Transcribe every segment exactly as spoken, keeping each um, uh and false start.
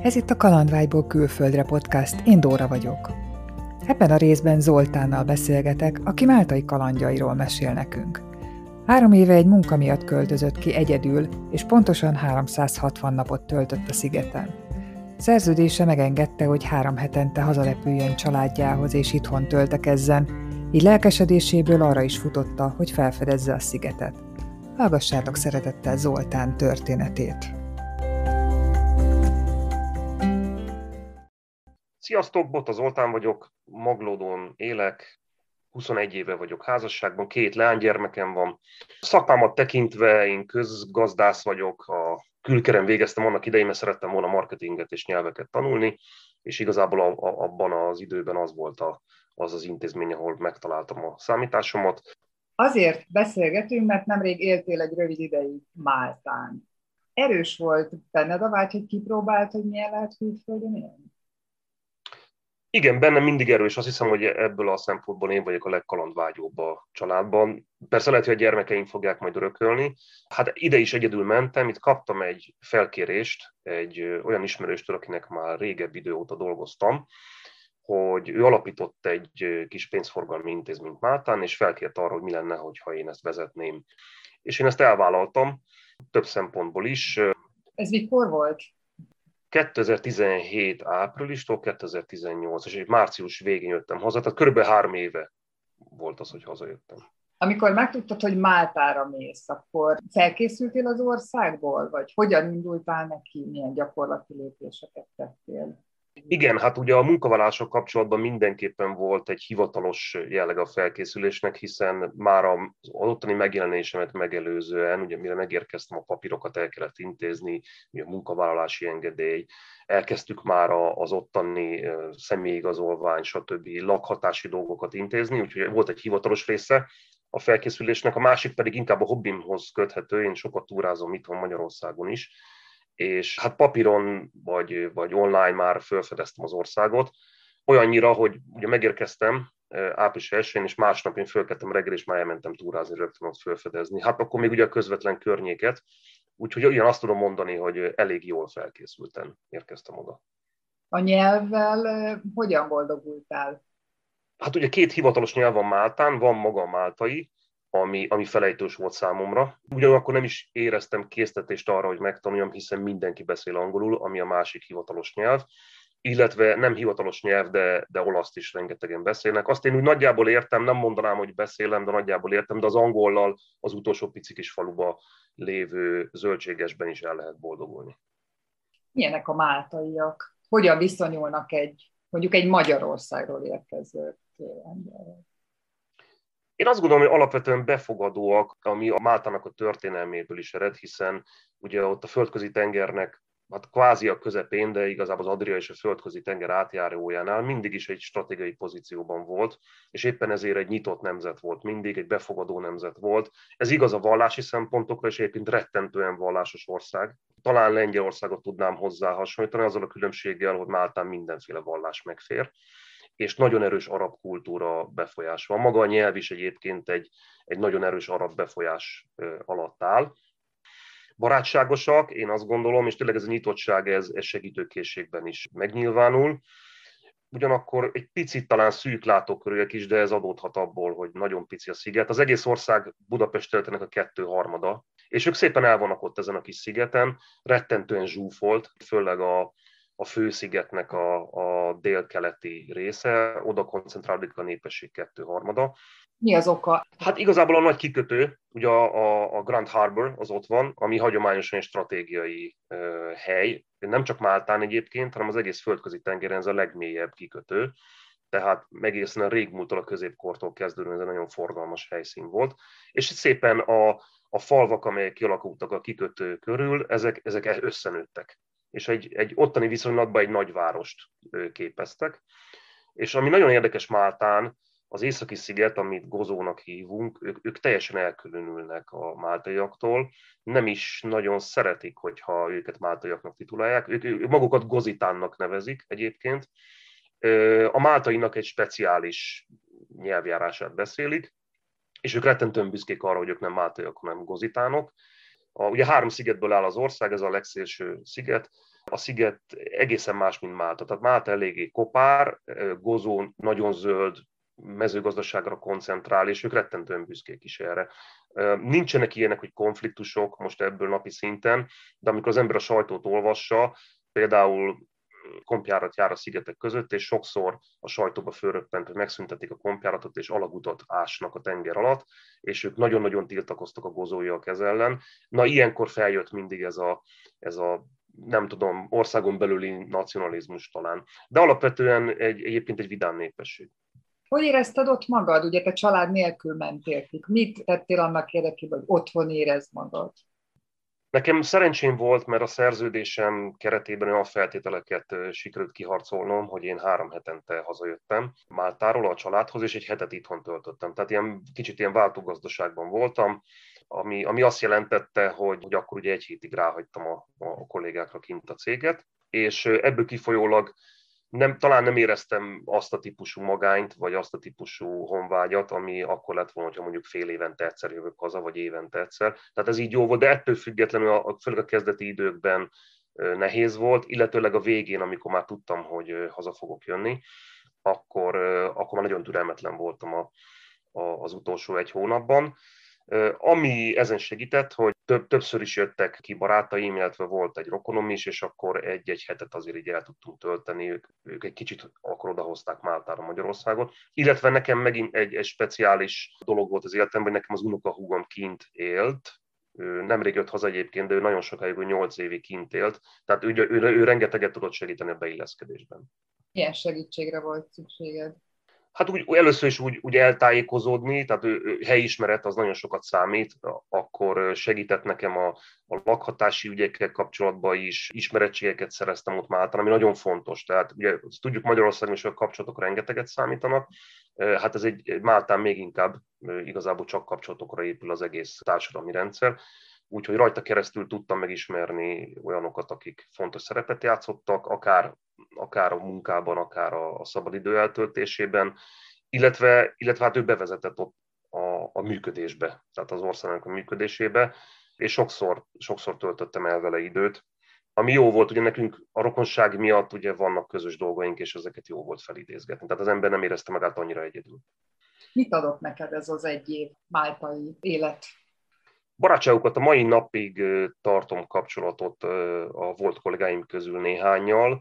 Ez itt a Kalandvágyból külföldre podcast, én Dóra vagyok. Ebben a részben Zoltánnal beszélgetek, aki máltai kalandjairól mesél nekünk. Három éve egy munka miatt költözött ki egyedül, és pontosan háromszázhatvan napot töltött a szigeten. Szerződése megengedte, hogy három hetente hazarepüljön családjához és itthon töltekezzen, így lelkesedéséből arra is futotta, hogy felfedezze a szigetet. Hallgassátok szeretettel Zoltán történetét. Sziasztok, Botta Zoltán vagyok, Maglódon élek, huszonegy éve vagyok házasságban, két leánygyermekem van. Szakmámat tekintve én közgazdász vagyok, a külkeren végeztem annak idején, mert szerettem volna marketinget és nyelveket tanulni, és igazából a, a, abban az időben az volt a, az az intézmény, ahol megtaláltam a számításomat. Azért beszélgetünk, mert nemrég éltél egy rövid ideig Máltán. Erős volt benned a vágy, hogy kipróbáld, hogy milyen lehet külföldön élni? Igen, bennem mindig erős, azt hiszem, hogy ebből a szempontból én vagyok a legkalandvágyóbb a családban. Persze lehet, hogy a gyermekeim fogják majd örökölni. Hát ide is egyedül mentem, itt kaptam egy felkérést egy olyan ismerőstől, akinek már régebb idő óta dolgoztam, hogy ő alapított egy kis pénzforgalmi intézményt Máltán, és felkért arra, hogy mi lenne, hogyha én ezt vezetném. És én ezt elvállaltam, több szempontból is. Ez mikor volt? kétezer-tizenhét áprilistól kétezer-tizennyolc, és egy március végén jöttem haza, tehát körülbelül három éve volt az, hogy hazajöttem. Amikor megtudtad, hogy Máltára mész, akkor felkészültél az országból, vagy hogyan indultál neki, milyen gyakorlati lépéseket tettél? Igen, hát ugye a munkavállalások kapcsolatban mindenképpen volt egy hivatalos jelleg a felkészülésnek, hiszen már az ottani megjelenésemet megelőzően, ugye mire megérkeztem, a papírokat el kellett intézni, a munkavállalási engedély, elkezdtük már az ottani személyigazolvány, stb. Lakhatási dolgokat intézni, úgyhogy volt egy hivatalos része a felkészülésnek, a másik pedig inkább a hobbimhoz köthető, én sokat túrázom itthon Magyarországon is, és hát papíron vagy, vagy online már felfedeztem az országot, olyannyira, hogy ugye megérkeztem április elsején, és másnap én fölkeltem reggel, és már elmentem túrázni, rögtön ott felfedezni. Hát akkor még ugye a közvetlen környéket, úgyhogy olyan azt tudom mondani, hogy elég jól felkészülten érkeztem oda. A nyelvvel hogyan boldogultál? Hát ugye két hivatalos nyelv van Máltán, van maga a máltai, Ami, ami felejtős volt számomra. Ugyanakkor nem is éreztem késztetést arra, hogy megtanuljam, hiszen mindenki beszél angolul, ami a másik hivatalos nyelv, illetve nem hivatalos nyelv, de, de olaszt is rengetegen beszélnek. Azt én úgy nagyjából értem, nem mondanám, hogy beszélem, de nagyjából értem, de az angollal az utolsó pici kis faluba lévő zöldségesben is el lehet boldogulni. Milyenek a máltaiak? Hogyan viszonyulnak egy, mondjuk egy Magyarországról érkező emberrel? Én azt gondolom, hogy alapvetően befogadóak, ami a Máltának a történelméből is ered, hiszen ugye ott a földközi tengernek, hát kvázi a közepén, de igazából az Adria és a földközi tenger átjárójánál mindig is egy stratégiai pozícióban volt, és éppen ezért egy nyitott nemzet volt mindig, egy befogadó nemzet volt. Ez igaz a vallási szempontokra, és egyébként rettentően vallásos ország. Talán Lengyelországot tudnám hozzá hasonlítani, azzal a különbséggel, hogy Máltán mindenféle vallás megfér, és nagyon erős arab kultúra befolyás van. Maga a nyelv is egyébként egy, egy nagyon erős arab befolyás alatt áll. Barátságosak, én azt gondolom, és tényleg ez a nyitottság, ez, ez segítőkészségben is megnyilvánul. Ugyanakkor egy picit talán szűk látókörűek is, de ez adódhat abból, hogy nagyon pici a sziget. Az egész ország Budapest területének a kettő harmada, és ők szépen el vannak ott ezen a kis szigeten, rettentően zsúfolt, főleg a a főszigetnek a, a délkeleti része, oda koncentrálódik a népesség kettőharmada. Mi az oka? Hát igazából a nagy kikötő, ugye a, a, a Grand Harbor az ott van, ami hagyományosan egy stratégiai uh, hely, nem csak Máltán egyébként, hanem az egész földközi tengeren ez a legmélyebb kikötő, tehát egészen a régmúlttól, a középkortól kezdődően ez egy nagyon forgalmas helyszín volt, és szépen a, a falvak, amelyek kialakultak a kikötő körül, ezek, ezek összenőttek, és egy, egy ottani viszonylatban egy nagyvárost képeztek. És ami nagyon érdekes Máltán, az északi sziget, amit Gozónak hívunk, ők, ők teljesen elkülönülnek a máltaiaktól, nem is nagyon szeretik, hogyha őket máltaiaknak titulálják, ők, ők magukat Gozitánnak nevezik egyébként. A máltainak egy speciális nyelvjárását beszélik, és ők rettentően büszkék arra, hogy ők nem máltaiak, hanem gozitánok. A, ugye három szigetből áll az ország, ez a legszélső sziget, A sziget egészen más, mint Málta. Tehát Málta eléggé kopár, Gozó nagyon zöld, mezőgazdaságra koncentrál, és ők rettentően büszkék is erre. Nincsenek ilyenek, hogy konfliktusok most ebből napi szinten, de amikor az ember a sajtót olvassa, például kompjárat jár a szigetek között, és sokszor a sajtóba fölröppent, hogy megszüntetik a kompjáratot, és alagutat ásnak a tenger alatt, és ők nagyon-nagyon tiltakoztak a gozóiak ez ellen. Na, ilyenkor feljött mindig ez a, ez a nem tudom, országon belüli nacionalizmus talán. De alapvetően egy, egyébként egy vidám népesség. Hogy érezted ott magad? Ugye te család nélkül mentél ki. Mit tettél annak érdekében, hogy otthon érezd magad? Nekem szerencsém volt, mert a szerződésem keretében olyan feltételeket sikerült kiharcolnom, hogy én három hetente hazajöttem Máltáról a családhoz, és egy hetet itthon töltöttem. Tehát ilyen, kicsit ilyen váltógazdaságban voltam, ami, ami azt jelentette, hogy, hogy akkor ugye egy hétig ráhagytam a, a kollégákra kint a céget, és ebből kifolyólag nem, talán nem éreztem azt a típusú magányt, vagy azt a típusú honvágyat, ami akkor lett volna, hogyha mondjuk fél évente egyszer jövök haza, vagy évente egyszer. Tehát ez így jó volt, de ettől függetlenül, a, főleg a kezdeti időkben nehéz volt, illetőleg a végén, amikor már tudtam, hogy haza fogok jönni, akkor, akkor már nagyon türelmetlen voltam a, a, az utolsó egy hónapban. Ami ezen segített, hogy több, többször is jöttek ki barátaim, illetve volt egy rokonom is, és akkor egy-egy hetet azért így el tudtunk tölteni, ők, ők egy kicsit akkor odahozták Máltára Magyarországot. Illetve nekem megint egy, egy speciális dolog volt az életemben, hogy nekem az unokahúgom kint élt, ő nemrég jött haza egyébként, de ő nagyon sokáig, nyolc évig kint élt, tehát ő, ő, ő, ő rengeteget tudott segíteni a beilleszkedésben. Milyen segítségre volt szükséged? Hát úgy, először is úgy, úgy eltájékozódni, tehát ő, ő, helyismeret az nagyon sokat számít, akkor segített nekem a, a lakhatási ügyekkel kapcsolatban is, ismerettségeket szereztem ott Máltán, ami nagyon fontos. Tehát ugye tudjuk Magyarországon is, hogy a kapcsolatok rengeteget számítanak, hát ez egy Máltán még inkább igazából csak kapcsolatokra épül az egész társadalmi rendszer. Úgyhogy rajta keresztül tudtam megismerni olyanokat, akik fontos szerepet játszottak, akár, akár a munkában, akár a, a szabadidő eltöltésében, illetve, illetve hát ő bevezetett ott a, a működésbe, tehát az országnak a működésébe, és sokszor, sokszor töltöttem el vele időt. Ami jó volt, ugye nekünk a rokonság miatt ugye vannak közös dolgaink, és ezeket jó volt felidézgetni. Tehát az ember nem érezte magát annyira egyedül. Mit adott neked ez az egy év máltai élet? Barátságokat a mai napig tartom kapcsolatot a volt kollégáim közül néhánnyal.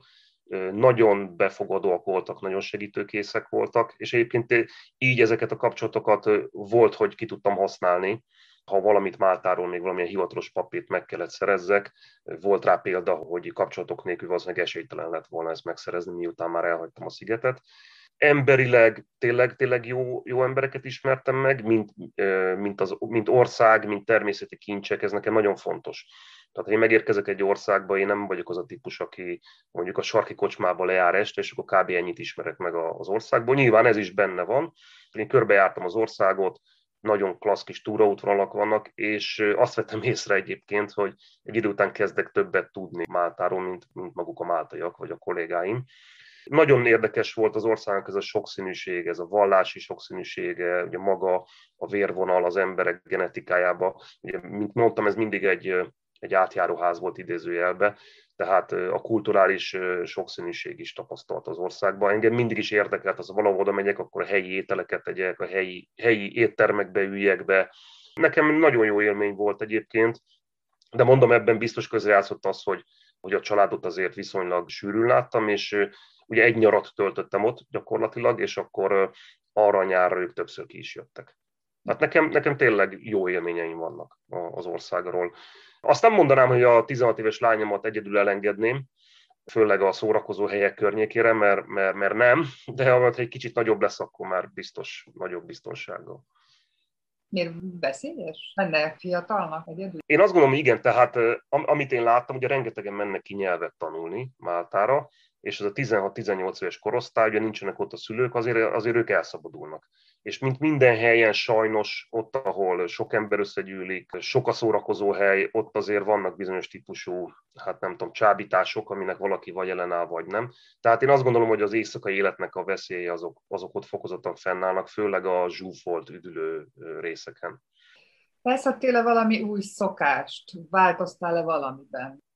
Nagyon befogadóak voltak, nagyon segítőkészek voltak, és egyébként így ezeket a kapcsolatokat volt, hogy ki tudtam használni. Ha valamit Máltáról, még valamilyen hivatalos papírt meg kellett szerezzek, volt rá példa, hogy kapcsolatok nélkül valószínűleg esélytelen lett volna ezt megszerezni, miután már elhagytam a szigetet. Emberileg tényleg, tényleg jó, jó embereket ismertem meg, mint, mint, az, mint ország, mint természeti kincsek, ez nekem nagyon fontos. Tehát, ha én megérkezek egy országba, én nem vagyok az a típus, aki mondjuk a sarki kocsmába lejár este, és akkor kb. Ennyit ismerek meg az országból. Nyilván ez is benne van. Én körbejártam az országot, nagyon klassz kis túraútvonalak vannak, és azt vettem észre egyébként, hogy egy idő után kezdek többet tudni Máltáról, mint, mint maguk a máltaiak, vagy a kollégáim. Nagyon érdekes volt az országnak ez a sokszínűség, ez a vallási sokszínűsége, ugye maga a vérvonal az emberek genetikájába. Ugye, mint mondtam, ez mindig egy, egy átjáróház volt idézőjelbe, tehát a kulturális sokszínűség is tapasztalt az országban. Engem mindig is érdekelt, az, valahol oda megyek, akkor a helyi ételeket tegyek, a helyi, helyi éttermekbe üljek be. Nekem nagyon jó élmény volt egyébként, de mondom, ebben biztos közrejátszott az, hogy, hogy a családot azért viszonylag sűrűn láttam, és ugye egy nyarat töltöttem ott gyakorlatilag, és akkor arra a nyárra ők többször ki is jöttek. Hát nekem, nekem tényleg jó élményeim vannak az országról. Azt nem mondanám, hogy a tizenhat éves lányomat egyedül elengedném, főleg a szórakozó helyek környékére, mert, mert, mert nem, de ha egy kicsit nagyobb lesz, akkor már biztos nagyobb biztonsággal. Miért veszélyes? Lenne fiatalnak egyedül? Én azt gondolom, hogy igen, tehát amit én láttam, ugye rengetegen mennek ki nyelvet tanulni Máltára, és ez a tizenhat-tizennyolc éves korosztály, ugye nincsenek ott a szülők, azért, azért ők elszabadulnak. És mint minden helyen sajnos, ott, ahol sok ember összegyűlik, sok a szórakozó hely, ott azért vannak bizonyos típusú, hát nem tudom, csábítások, aminek valaki vagy ellenáll, vagy nem. Tehát én azt gondolom, hogy az éjszakai életnek a veszélye azok, azok ott fokozottan fennállnak, főleg a zsúfolt, üdülő részeken. Felszedtél-e valami új szokást? Változtál-e valamiben?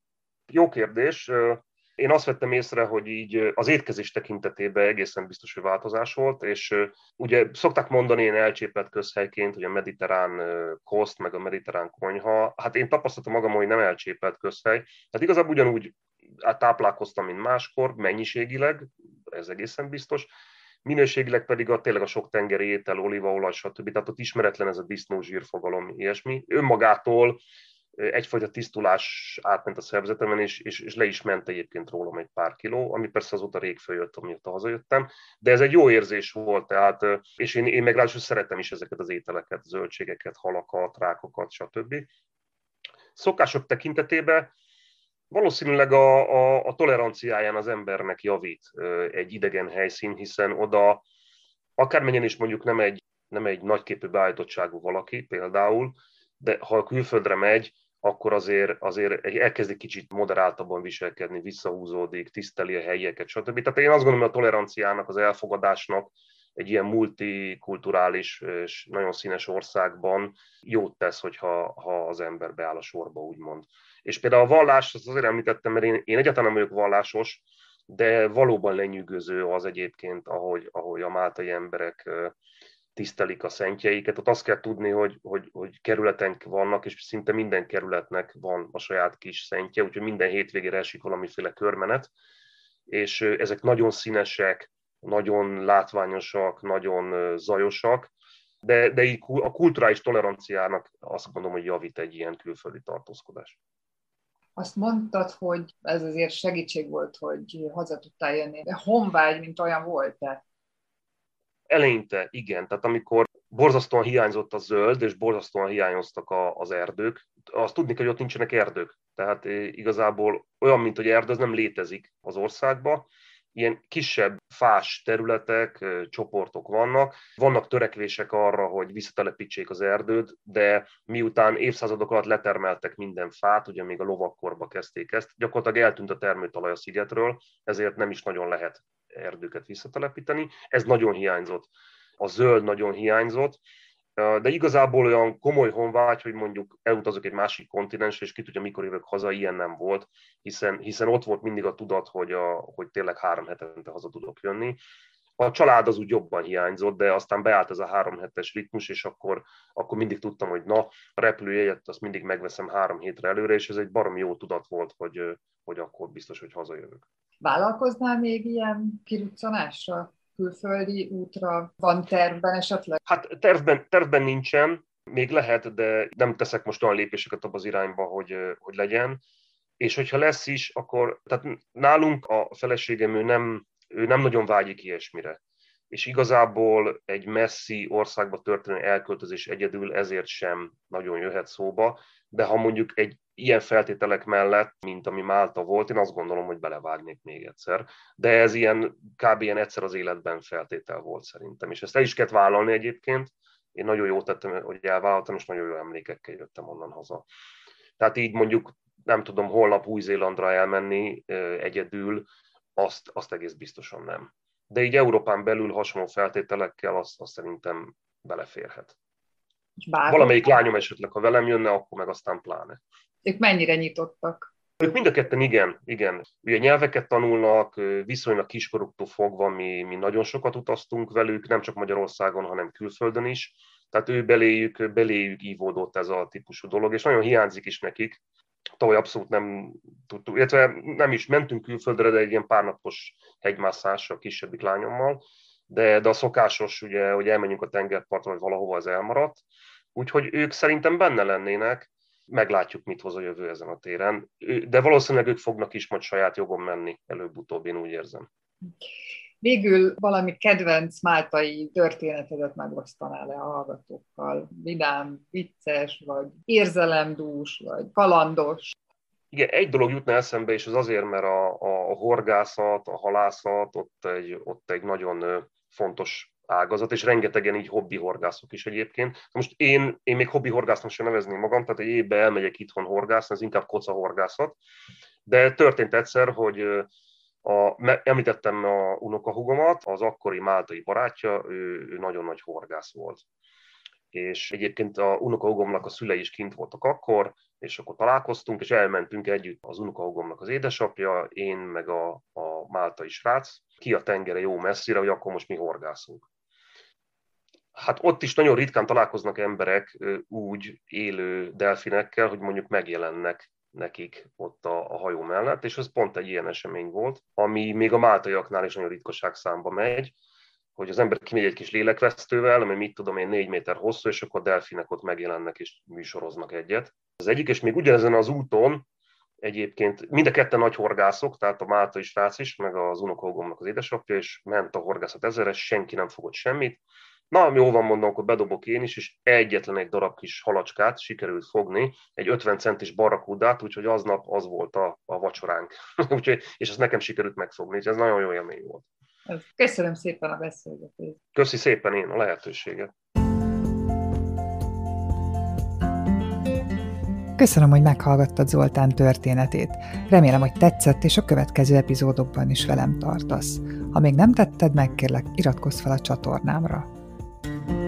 Jó kérdés. Én azt vettem észre, hogy így az étkezés tekintetében egészen biztos, hogy változás volt, és ugye szokták mondani én elcsépelt közhelyként, hogy a mediterrán koszt, meg a mediterrán konyha, hát én tapasztaltam magam, hogy nem elcsépelt közhely, hát igazából ugyanúgy táplálkoztam, mint máskor, mennyiségileg, ez egészen biztos, minőségileg pedig a, tényleg a sok tengeri étel, olívaolaj, stb. Tehát ott ismeretlen ez a disznó zsírfogalom, ilyesmi. Önmagától egyfajta tisztulás átment a szervezetemen, és, és, és le is ment egyébként rólam egy pár kiló, ami persze azóta rég följött, amióta hazajöttem, de ez egy jó érzés volt, tehát, és én, én meg ráadásul szeretem is ezeket az ételeket, zöldségeket, halakat, rákokat, stb. Szokások tekintetében valószínűleg a, a, a toleranciáján az embernek javít egy idegen helyszín, hiszen oda akármennyien is mondjuk nem egy, nem egy nagyképű beállítottságú valaki például, de ha külföldre megy, akkor azért, azért elkezd egy kicsit moderáltabban viselkedni, visszahúzódik, tiszteli a helyieket, stb. Tehát én azt gondolom, hogy a toleranciának, az elfogadásnak egy ilyen multikulturális és nagyon színes országban jót tesz, hogyha ha az ember beáll a sorba, úgymond. És például a vallás, azt azért említettem, mert én, én egyáltalán nem vagyok vallásos, de valóban lenyűgöző az egyébként, ahogy, ahogy a máltai emberek tisztelik a szentjeiket. Ott azt kell tudni, hogy, hogy, hogy kerületenk vannak, és szinte minden kerületnek van a saját kis szentje, úgyhogy minden hétvégére esik valamiféle körmenet, és ezek nagyon színesek, nagyon látványosak, nagyon zajosak, de, de így a kulturális toleranciának azt gondolom, hogy javít egy ilyen külföldi tartózkodás. Azt mondtad, hogy ez azért segítség volt, hogy haza tudtál jönni. De honvágy, mint olyan volt-e? Eleinte igen, tehát amikor borzasztóan hiányzott a zöld, és borzasztóan hiányoztak a, az erdők, azt tudni kell, hogy ott nincsenek erdők. Tehát igazából olyan, mint hogy erdő, az nem létezik az országban. Ilyen kisebb fás területek, csoportok vannak. Vannak törekvések arra, hogy visszatelepítsék az erdőt, de miután évszázadok alatt letermeltek minden fát, ugye még a lovakkorba kezdték ezt, gyakorlatilag eltűnt a termőtalaj a szigetről, ezért nem is nagyon lehet erdőket visszatelepíteni. Ez nagyon hiányzott. A zöld nagyon hiányzott, de igazából olyan komoly honvágy, hogy mondjuk elutazok egy másik kontinensre, és ki tudja, mikor jövök haza, ilyen nem volt, hiszen, hiszen ott volt mindig a tudat, hogy, a, hogy tényleg három hetente haza tudok jönni. A család az úgy jobban hiányzott, de aztán beállt ez a három hetes ritmus, és akkor, akkor mindig tudtam, hogy na, a repülőjegyet azt mindig megveszem három hétre előre, és ez egy baromi jó tudat volt, hogy, hogy akkor biztos, hogy hazajövök. Vállalkoznál még ilyen kiruccanásra? Külföldi útra? Van tervben esetleg? Hát tervben, tervben nincsen, még lehet, de nem teszek most olyan lépéseket abba az irányba, hogy, hogy legyen. És hogyha lesz is, akkor tehát nálunk a feleségem, ő nem, ő nem nagyon vágyik ilyesmire. És igazából egy messzi országba történő elköltözés egyedül ezért sem nagyon jöhet szóba, de ha mondjuk egy ilyen feltételek mellett, mint ami Málta volt, én azt gondolom, hogy belevágnék még egyszer. De ez ilyen, kb. Ilyen egyszer az életben feltétel volt szerintem. És ezt el is kellett vállalni egyébként. Én nagyon jót tettem, hogy elvállaltam, és nagyon jó emlékekkel jöttem onnan haza. Tehát így mondjuk, nem tudom, holnap Új-Zélandra elmenni egyedül, azt, azt egész biztosan nem. De így Európán belül hasonló feltételekkel azt, azt szerintem beleférhet. Valamelyik lányom esetleg, ha velem jönne, akkor meg aztán pláne. Ők mennyire nyitottak? Ők mind a ketten igen, igen. Ugye nyelveket tanulnak, viszonylag kiskoruktól fogva mi, mi nagyon sokat utaztunk velük, nem csak Magyarországon, hanem külföldön is. Tehát ő beléjük, beléjük ívódott ez a típusú dolog, és nagyon hiányzik is nekik. Tavaly abszolút nem tudtuk, illetve nem is mentünk külföldre, de egy ilyen párnapos hegymászásra a kisebbik lányommal, de, de a szokásos, ugye, hogy elmenjünk a tengerpartra, vagy valahova, az elmaradt. Úgyhogy ők szerintem benne lennének, meglátjuk, mit hoz a jövő ezen a téren, de valószínűleg ők fognak is majd saját jogon menni előbb-utóbb, én úgy érzem. Végül valami kedvenc máltai történetedet megosztanál-e a hallgatókkal? Vidám, vicces, vagy érzelemdús, vagy kalandos? Igen, egy dolog jutna eszembe, és az azért, mert a, a, a horgászat, a halászat ott egy, ott egy nagyon fontos ágazat, és rengetegen így hobbi horgászok is egyébként. Most én, én még hobbi horgásznak sem nevezném magam, tehát egy évben elmegyek itthon horgászni, ez inkább koca horgászat. De történt egyszer, hogy a, említettem a unokahúgomat, az akkori máltai barátja, ő, ő nagyon nagy horgász volt. És egyébként a unokahúgomnak a szülei is kint voltak akkor, és akkor találkoztunk, és elmentünk együtt az unokahúgomnak az édesapja, én meg a, a máltai srác, ki a tengere jó messzire, hogy akkor most mi horgászunk. Hát ott is nagyon ritkán találkoznak emberek úgy élő delfinekkel, hogy mondjuk megjelennek nekik ott a, a hajó mellett, és ez pont egy ilyen esemény volt, ami még a máltaiaknál is nagyon ritkaság számba megy, hogy az ember kimegy egy kis lélekvesztővel, ami mit tudom én, négy méter hosszú, és akkor a delfinek ott megjelennek és műsoroznak egyet. Az egyik, és még ugyanezen az úton egyébként mind a ketten nagy horgászok, tehát a máltai srác is, meg az unokahúgomnak az édesapja, és ment a horgászat ezeres, senki nem fogott semmit. Na, jó van, mondom, akkor bedobok én is, és egyetlen egy darab kis halacskát sikerült fogni, egy ötven centis barrakúdát, úgyhogy aznap az volt a, a vacsoránk. úgyhogy, és ezt nekem sikerült megfogni, és ez nagyon jó élmény volt. Köszönöm szépen a beszélgetést. Köszi szépen én a lehetőséget. Köszönöm, hogy meghallgattad Zoltán történetét. Remélem, hogy tetszett, és a következő epizódokban is velem tartasz. Ha még nem tetted meg, kérlek, iratkozz fel a csatornámra.